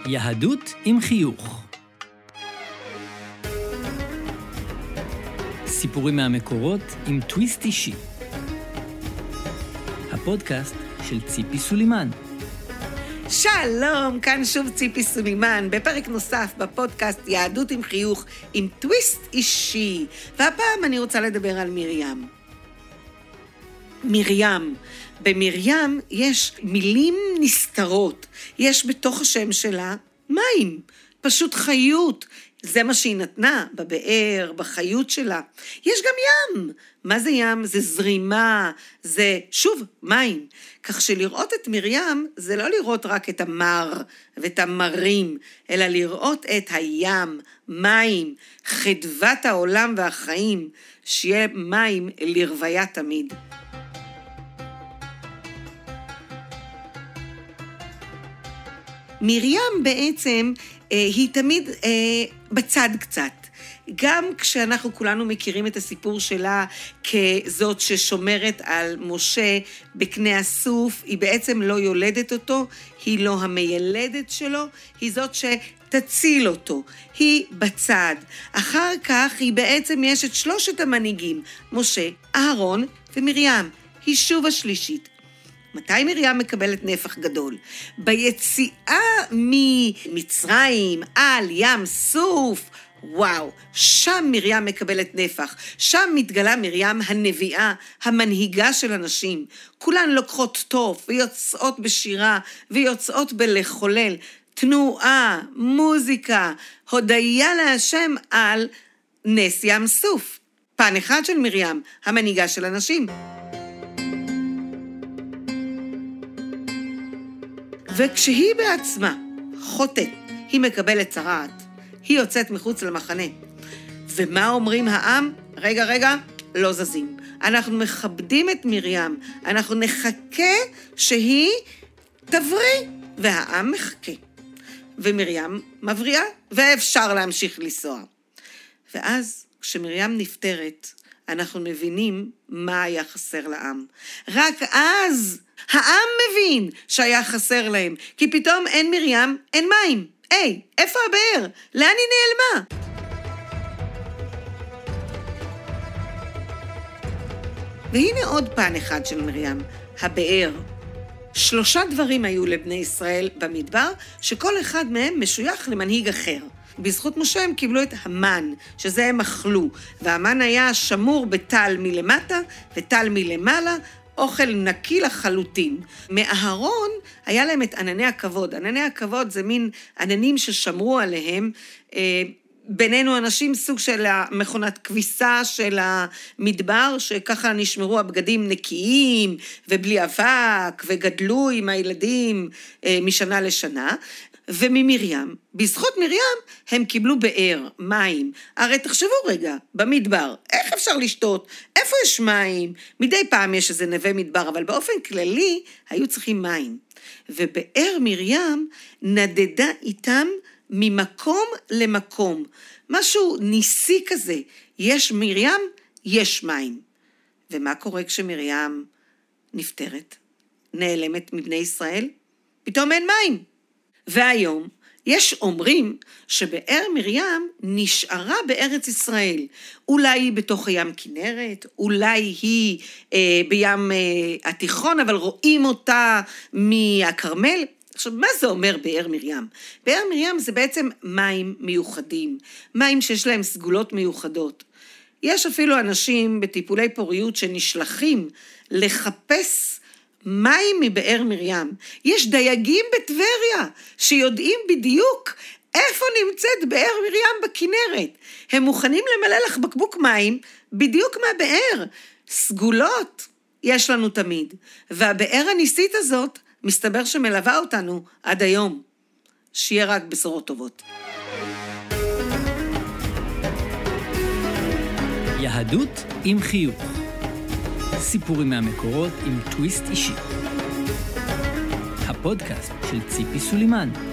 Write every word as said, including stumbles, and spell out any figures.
יהדות עם חיוך. סיפורים מהמקורות עם טוויסט אישי. הפודקאסט של ציפי סולימן. שלום, כאן שוב ציפי סולימן, בפרק נוסף בפודקאסט יהדות עם חיוך עם טוויסט אישי. והפעם אני רוצה לדבר על מרים. מרים. במרים יש מילים נסתרות. יש בתוך השם שלה מים, פשוט חיות. זה מה שהיא נתנה בבאר, בחיות שלה. יש גם ים. מה זה ים? זה זרימה, זה שוב מים. כך שלראות את מרים זה לא לראות רק את המר ואת המרים, אלא לראות את הים, מים, חדוות העולם והחיים, שיהיה מים לרוויה תמיד. מרים בעצם אה, היא תמיד אה, בצד קצת. גם כשאנחנו כולנו מכירים את הסיפור שלה כזאת ששומרת על משה בקנה הסוף, היא בעצם לא יולדת אותו, היא לא המיילדת שלו, היא זאת שתציל אותו, היא בצד. אחר כך היא בעצם יש את שלושת המנהיגים, משה, אהרון ומרים, היא שוב השלישית. מתי מרים מקבלת נפח גדול? ביציאה ממצרים על ים סוף, וואו, שם מרים מקבלת נפח, שם מתגלה מרים הנביאה, המנהיגה של אנשים. כולן לוקחות טוב ויוצאות בשירה ויוצאות בלחולל, תנועה, מוזיקה, הודיה להשם על נס ים סוף. פן אחד של מרים, המנהיגה של אנשים. וכשהיא בעצמה חוטאת, היא מקבלת צרעת, היא יוצאת מחוץ למחנה. ומה אומרים העם? רגע, רגע, לא זזים. אנחנו מכבדים את מרים, אנחנו נחכה שהיא תבריא, והעם מחכה. ומרים מבריאה, ואפשר להמשיך לנסוע. ואז, כשמרים נפטרת, אנחנו מבינים מה היה חסר לעם. רק אז העם מבין שהיה חסר להם, כי פתאום אין מרים, אין מים. היי, איפה הבאר? לאן היא נעלמה? והנה עוד פן אחד של מרים, הבאר. שלושה דברים היו לבני ישראל במדבר, שכל אחד מהם משוייך למנהיג אחר. בזכות משה הם קיבלו את המן, שזה הם אכלו, והמן היה שמור בטל מלמטה וטל מלמעלה, אוכל נקי לחלוטין. מאהרון היה להם את ענני הכבוד. ענני הכבוד זה מין עננים ששמרו עליהם, אה, בינינו אנשים סוג של מכונת כביסה של המדבר, שככה נשמרו הבגדים נקיים ובלי אבק, וגדלו עם הילדים אה, משנה לשנה. וממרים, בזכות מרים, הם קיבלו באר, מים. הרי תחשבו רגע, במדבר, איך אפשר לשתות? איפה יש מים? מדי פעם יש איזה נווה מדבר, אבל באופן כללי היו צריכים מים. ובאר מרים נדדה איתם ממקום למקום. משהו ניסי כזה, יש מרים, יש מים. ומה קורה כשמרים נפטרת? נעלמת מבני ישראל? פתאום אין מים. והיום יש אומרים שבאר מרים נשארה בארץ ישראל. אולי היא בתוך הים כנרת, אולי היא אה, בים אה, התיכון, אבל רואים אותה מהכרמל. עכשיו, מה זה אומר באר מרים? באר מרים זה בעצם מים מיוחדים, מים שיש להם סגולות מיוחדות. יש אפילו אנשים בטיפולי פוריות שנשלחים לחפש מים מבאר מרים. יש דייגים בטבריה שיודעים בדיוק איפה נמצאת באר מרים בכנרת. הם מוכנים למלא לך בקבוק מים בדיוק מהבאר. סגולות יש לנו תמיד. והבאר הניסית הזאת מסתבר שמלווה אותנו עד היום. שיהיה רק בשורות טובות. יהדות עם חיוך. סיפורים מהמקורות עם טוויסט אישי. הפודקאסט של ציפי סולימן.